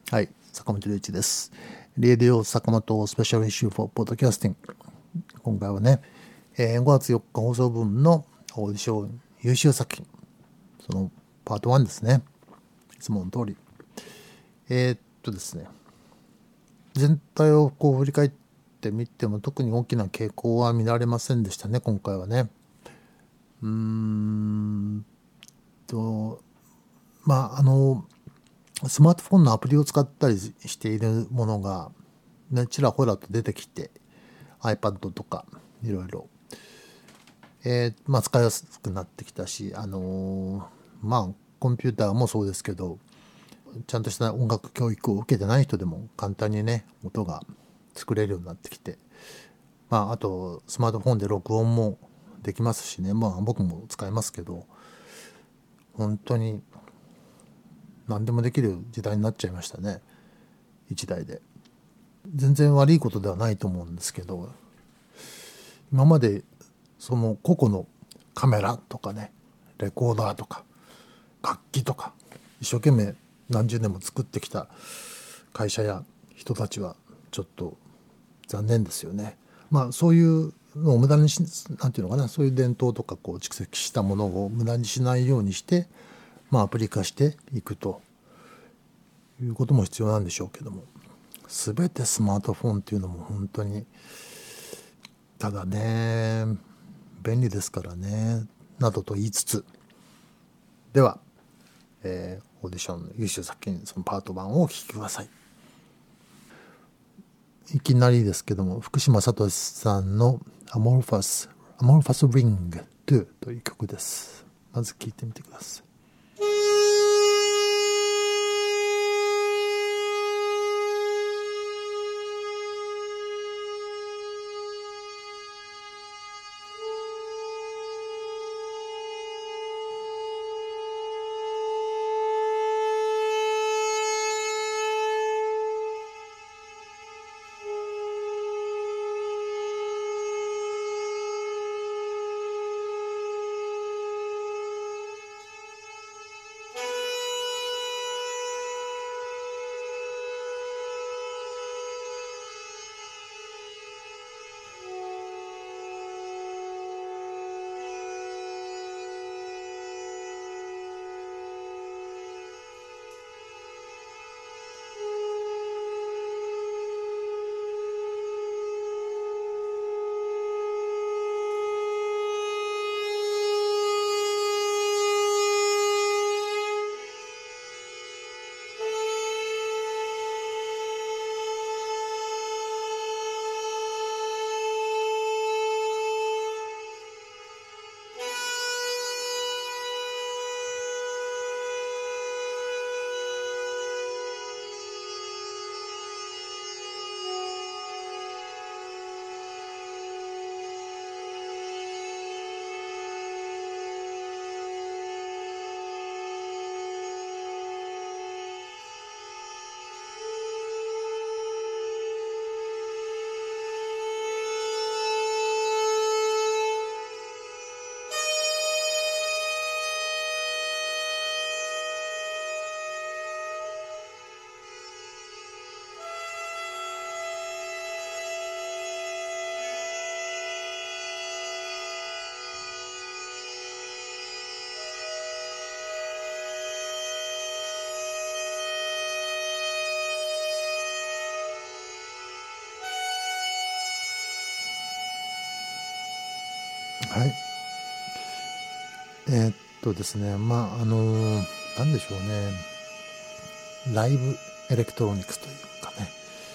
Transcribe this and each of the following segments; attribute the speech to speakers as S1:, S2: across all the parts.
S1: はい、坂本龍一です。レディオ坂本スペシャルイシューフォーポッドキャスティング。今回はね、5月4日放送分のオーディション優秀作品、そのパート1ですね。いつもの通り。ですね、全体をこう振り返ってみても特に大きな傾向は見られませんでしたね、今回はね。スマートフォンのアプリを使ったりしているものが、ね、ちらほらと出てきて iPad とかいろいろ、使いやすくなってきたし、コンピューターもそうですけど、ちゃんとした音楽教育を受けてない人でも簡単にね音が作れるようになってきて、あとスマートフォンで録音もできますしね、僕も使いますけど、本当に何でもできる時代になっちゃいましたね、一台で。全然悪いことではないと思うんですけど、今までその個々のカメラとかね、レコーダーとか楽器とか一生懸命何十年も作ってきた会社や人たちはちょっと残念ですよね。そういうのを無駄になんていうのかな、そういう伝統とかこう蓄積したものを無駄にしないようにして、アプリ化していくということも必要なんでしょうけども、全てスマートフォンっていうのも本当にただね便利ですからね、などと言いつつ、では、オーディションの優秀作品そのパート1をお聴きください。いきなりですけども、福島聡さんのアモルファスリング2という曲です。まず聴いてみてください。はい。ですね、なんでしょうね、ライブエレクトロニクスというかね、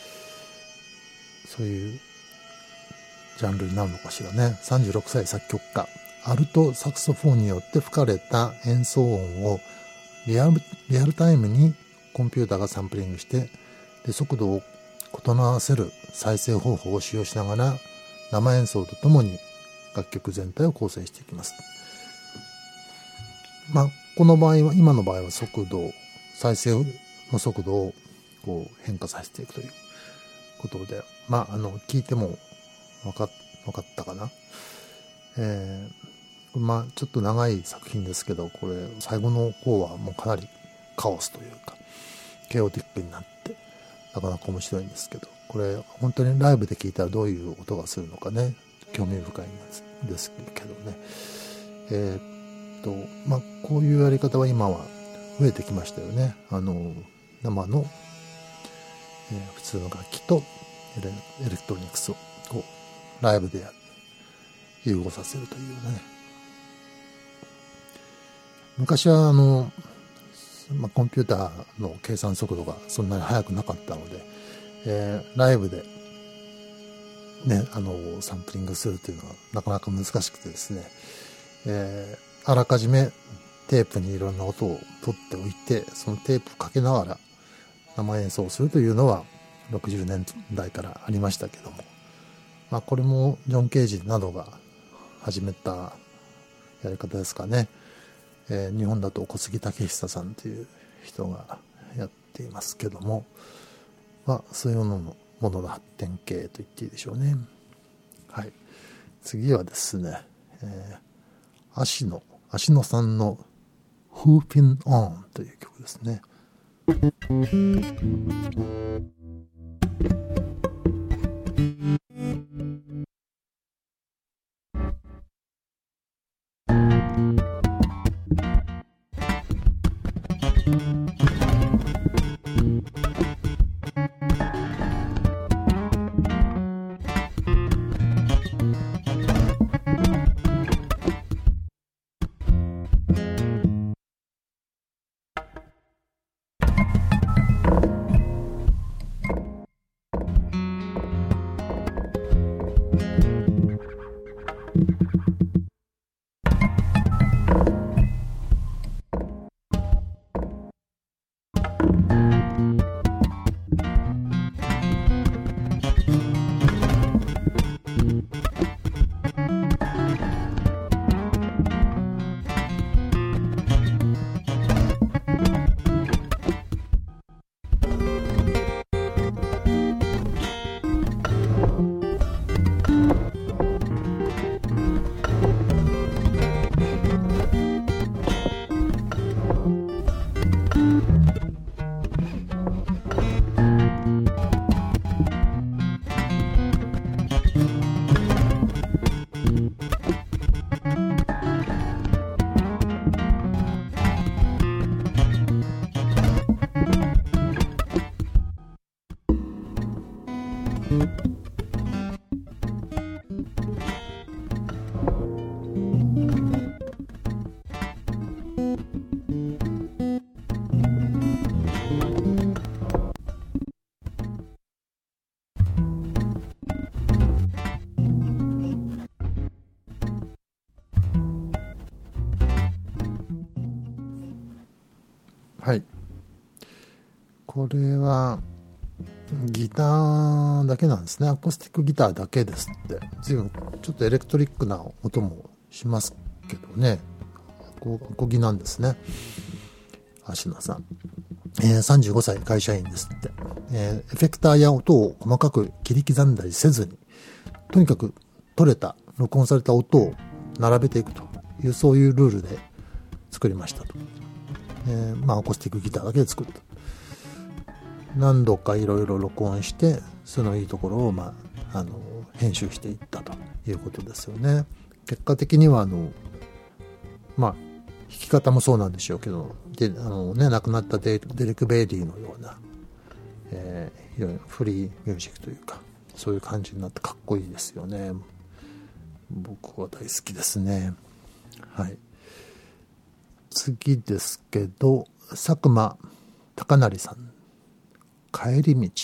S1: そういうジャンルになるのかしらね。36歳作曲家、アルトサクソフォンによって吹かれた演奏音をリアルタイムにコンピューターがサンプリングして、で速度を異ならせる再生方法を使用しながら生演奏とともに楽曲全体を構成していきます。この場合は、今の場合は再生の速度をこう変化させていくということで、聞いても分かったかな。ちょっと長い作品ですけど、これ最後の方はもうかなりカオスというか、 ケオティックになってなかなか面白いんですけど、これ本当にライブで聞いたらどういう音がするのかね、興味深いんですけどね。こういうやり方は今は増えてきましたよね。生の、普通の楽器とエレクトロニクスをこうライブで融合させるというようなね。昔はコンピューターの計算速度がそんなに速くなかったので、ライブでね、サンプリングするというのはなかなか難しくてですね、あらかじめテープにいろんな音を取っておいて、そのテープをかけながら生演奏をするというのは60年代からありましたけども、これもジョン・ケージなどが始めたやり方ですかね。日本だと小杉武久さんという人がやっていますけども、そういうものの発展系と言っていいでしょうね。はい。次はですね、芦野さんの Hoopin' On という曲ですね。はい。これはギターだけなんですね。アコースティックギターだけですって。随分ちょっとエレクトリックな音もしますけどね。アコギなんですね。芦野さん。35歳会社員ですって。エフェクターや音を細かく切り刻んだりせずに、とにかく取れた、録音された音を並べていくという、そういうルールで作りましたと。アコースティックギターだけで作った。何度かいろいろ録音して、そのいいところを、編集していったということですよね。結果的には弾き方もそうなんでしょうけど、亡くなったデレク・ベイリーのような、いろいろフリーミュージックというか、そういう感じになってかっこいいですよね。僕は大好きですね。はい。次ですけど、佐久間貴成さん、帰り道。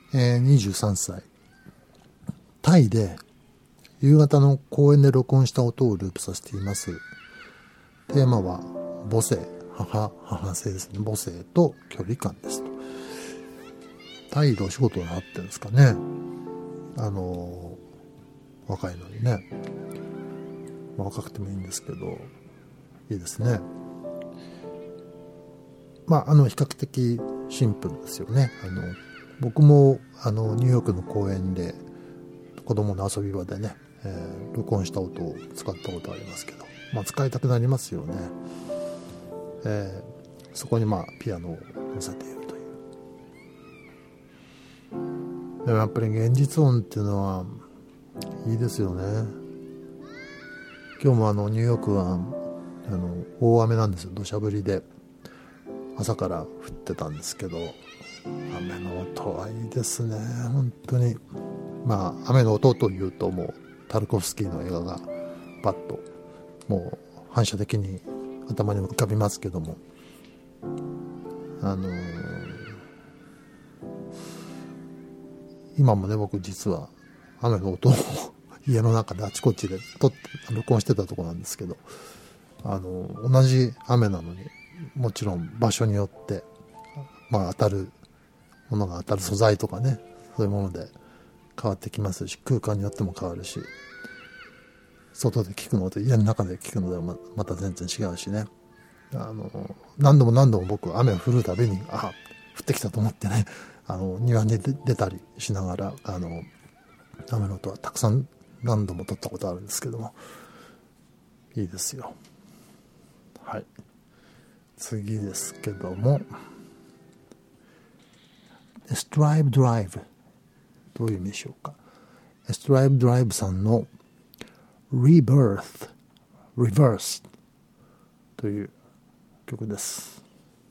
S1: 23歳。タイで夕方の公園で録音した音をループさせています。テーマは母性、母性ですね。母性と距離感ですと。タイでお仕事になってるんですかね。若いのにね。若くてもいいんですけど、いいですね。比較的シンプルですよね。僕もニューヨークの公園で子供の遊び場でね、録音した音を使ったことありますけど、使いたくなりますよね。そこにピアノを乗せているという。でもやっぱり現実音っていうのはいいですよね。今日もニューヨークは大雨なんですよ。土砂降りで朝から降ってたんですけど、雨の音はいいですね。本当に雨の音というともうタルコフスキーの映画がパッともう反射的に頭に浮かびますけども、今もね、僕実は雨の音を家の中であちこちで録音してたところなんですけど、同じ雨なのにもちろん場所によって当たるものが当たる素材とかね、そういうもので変わってきますし、空間によっても変わるし、外で聞くのと家の中で聞くのではまた全然違うしね。何度も僕雨が降るたびに降ってきたと思ってね、庭に出たりしながら雨の音はたくさん何度も撮ったことあるんですけども、いいですよ。はい、次ですけども、エストライブドライブ、どういう意味でしょうか。エストライブドライブさんの Rebirth Reverse という曲です。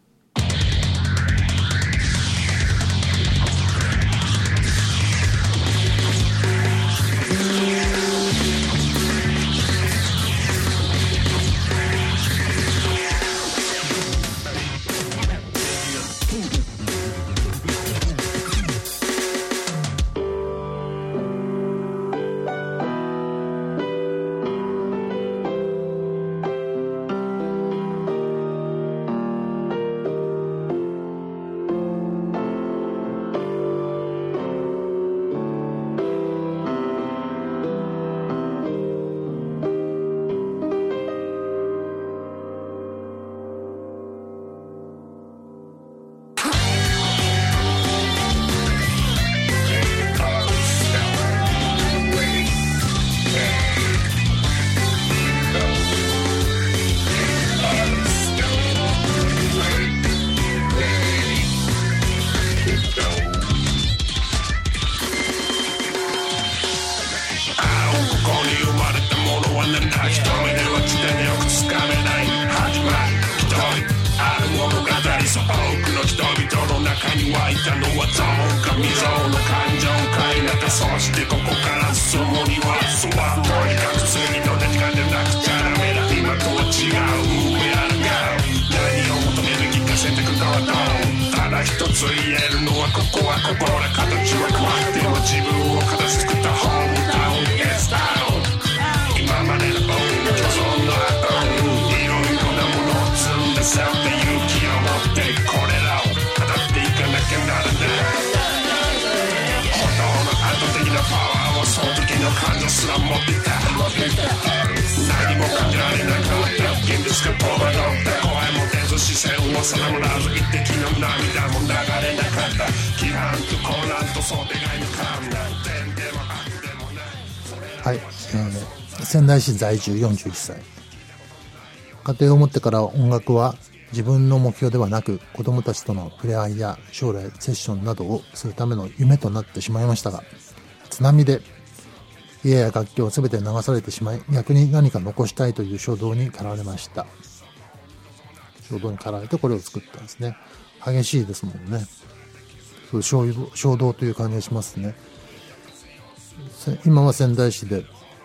S1: はい、仙台市在住41歳。家庭を持ってから音楽は自分の目標ではなく、子供たちとの触れ合いや将来セッションなどをするための夢となってしまいましたが、津波で家や楽器を全て流されてしまい、逆に何か残したいという衝動に駆られました。衝動に駆られてこれを作ったんですね。激しいですもんね。そういう衝動という感じがしますね。今は仙台市で、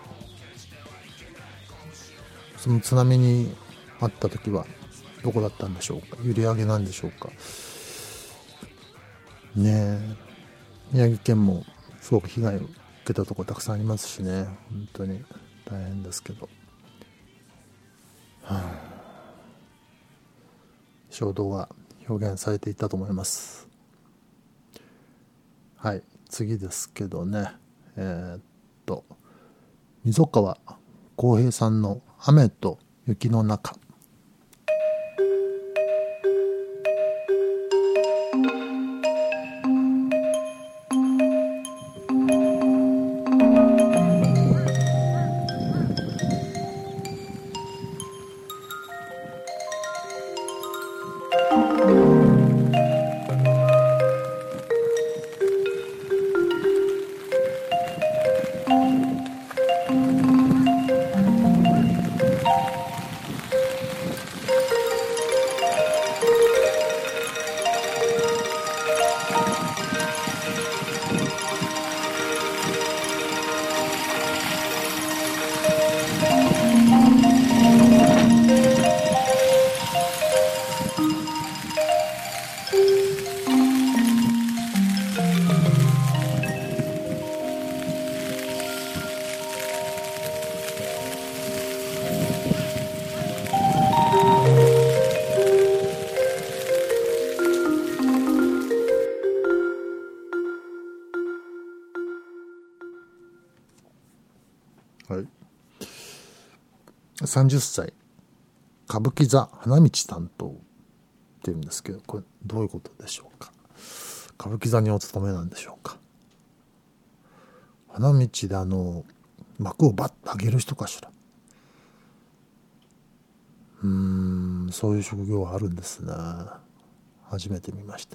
S1: その津波にあった時はどこだったんでしょうか。閖上なんでしょうかね。え宮城県もすごく被害を受けたところたくさんありますしね、本当に大変ですけど、衝動が表現されていたと思います。はい、次ですけどね、溝川浩平さんの雨と雪の中。はい、30歳歌舞伎座花道担当っていうんですけど、これどういうことでしょうか。歌舞伎座にお勤めなんでしょうか。花道で幕をバッと上げる人かしら。そういう職業はあるんですね。初めて見ました。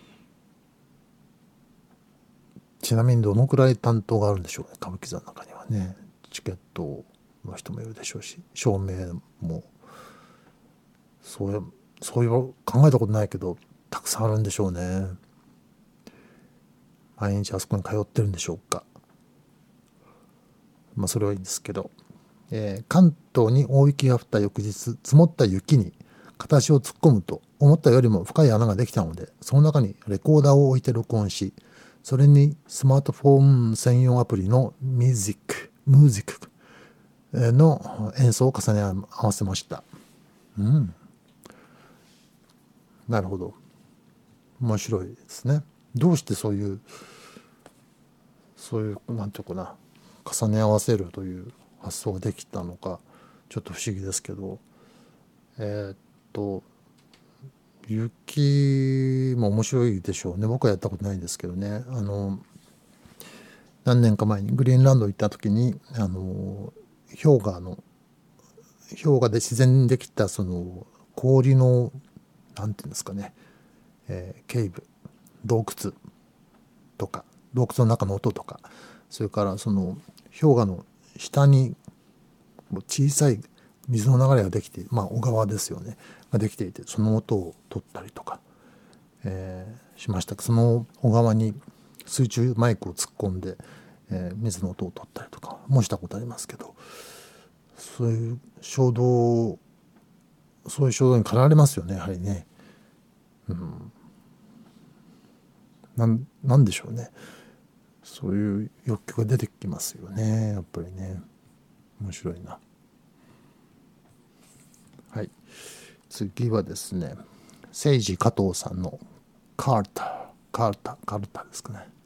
S1: ちなみにどのくらい担当があるんでしょうね、歌舞伎座の中にはね。チケットの人もいるでしょうし、照明もそういう考えたことないけどたくさんあるんでしょうね。毎日あそこに通ってるんでしょうか。それはいいんですけど、関東に大雪が降った翌日、積もった雪に片足を突っ込むと思ったよりも深い穴ができたので、その中にレコーダーを置いて録音し、それにスマートフォン専用アプリのミュージックの演奏を重ね合わせました。なるほど、面白いですね。どうしてそういうなんていうかな、重ね合わせるという発想ができたのかちょっと不思議ですけど、雪も面白いでしょうね。僕はやったことないんですけどね。何年か前にグリーンランド行った時に氷河で自然にできたその氷のなんていうんですかね、ケイブ、洞窟とか洞窟の中の音とか、それからその氷河の下に小さい水の流れができて、小川ですよねができていて、その音を取ったりとか、しました。その小川に水中マイクを突っ込んで、水の音を取ったりとかもしたことありますけど、そういう衝動に駆られますよね、やはりね。なんでしょうね、そういう欲求が出てきますよね、やっぱりね。面白いな。はい、次はですね、聖司加藤さんのカルタですかね。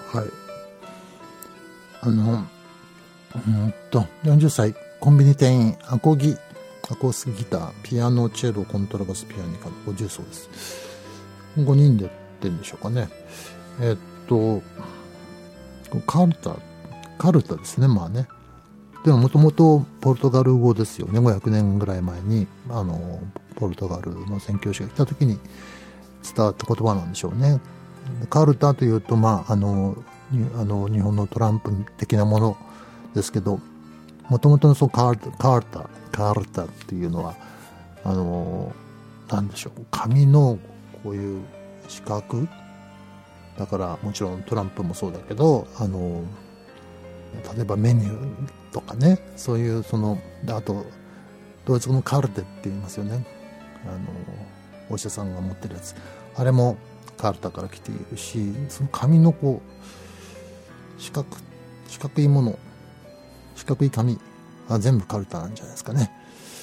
S1: はい。40歳、コンビニ店員、アコースギター、ピアノ、チェロ、コントラバス、ピアニカの50奏です。5人でやってるんでしょうかね。カルタですね、まあね。でももともとポルトガル語ですよね。500年ぐらい前に、ポルトガルの宣教師が来た時に伝わった言葉なんでしょうね。カルタというと、日本のトランプ的なものですけど、もともとのそのカルタっていうのは、なんでしょう、紙のこういう四角だから、もちろんトランプもそうだけど、例えばメニューとかね、そういうあとドイツ語のカルテって言いますよね。お医者さんが持ってるやつ、あれもカルタから来ているし、その紙のこう四角いもの、四角い紙は全部カルタなんじゃないですかね。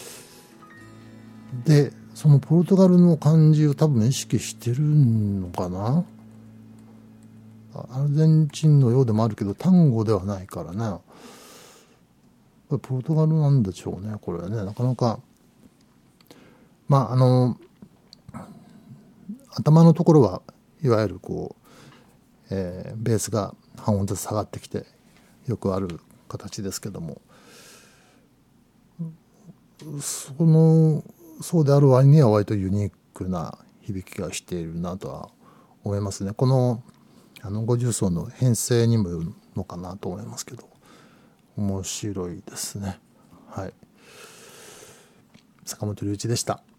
S1: で、そのポルトガルの漢字を多分意識してるのかな。アルゼンチンのようでもあるけど単語ではないからね。これポルトガルなんでしょうね、これはね。なかなか頭のところはいわゆるこう、ベースが半音ずつ下がってきてよくある形ですけども、そうである割には割とユニークな響きがしているなとは思いますね。この50奏の編成にもよるのかなと思いますけど、面白いですね。はい。坂本龍一でした。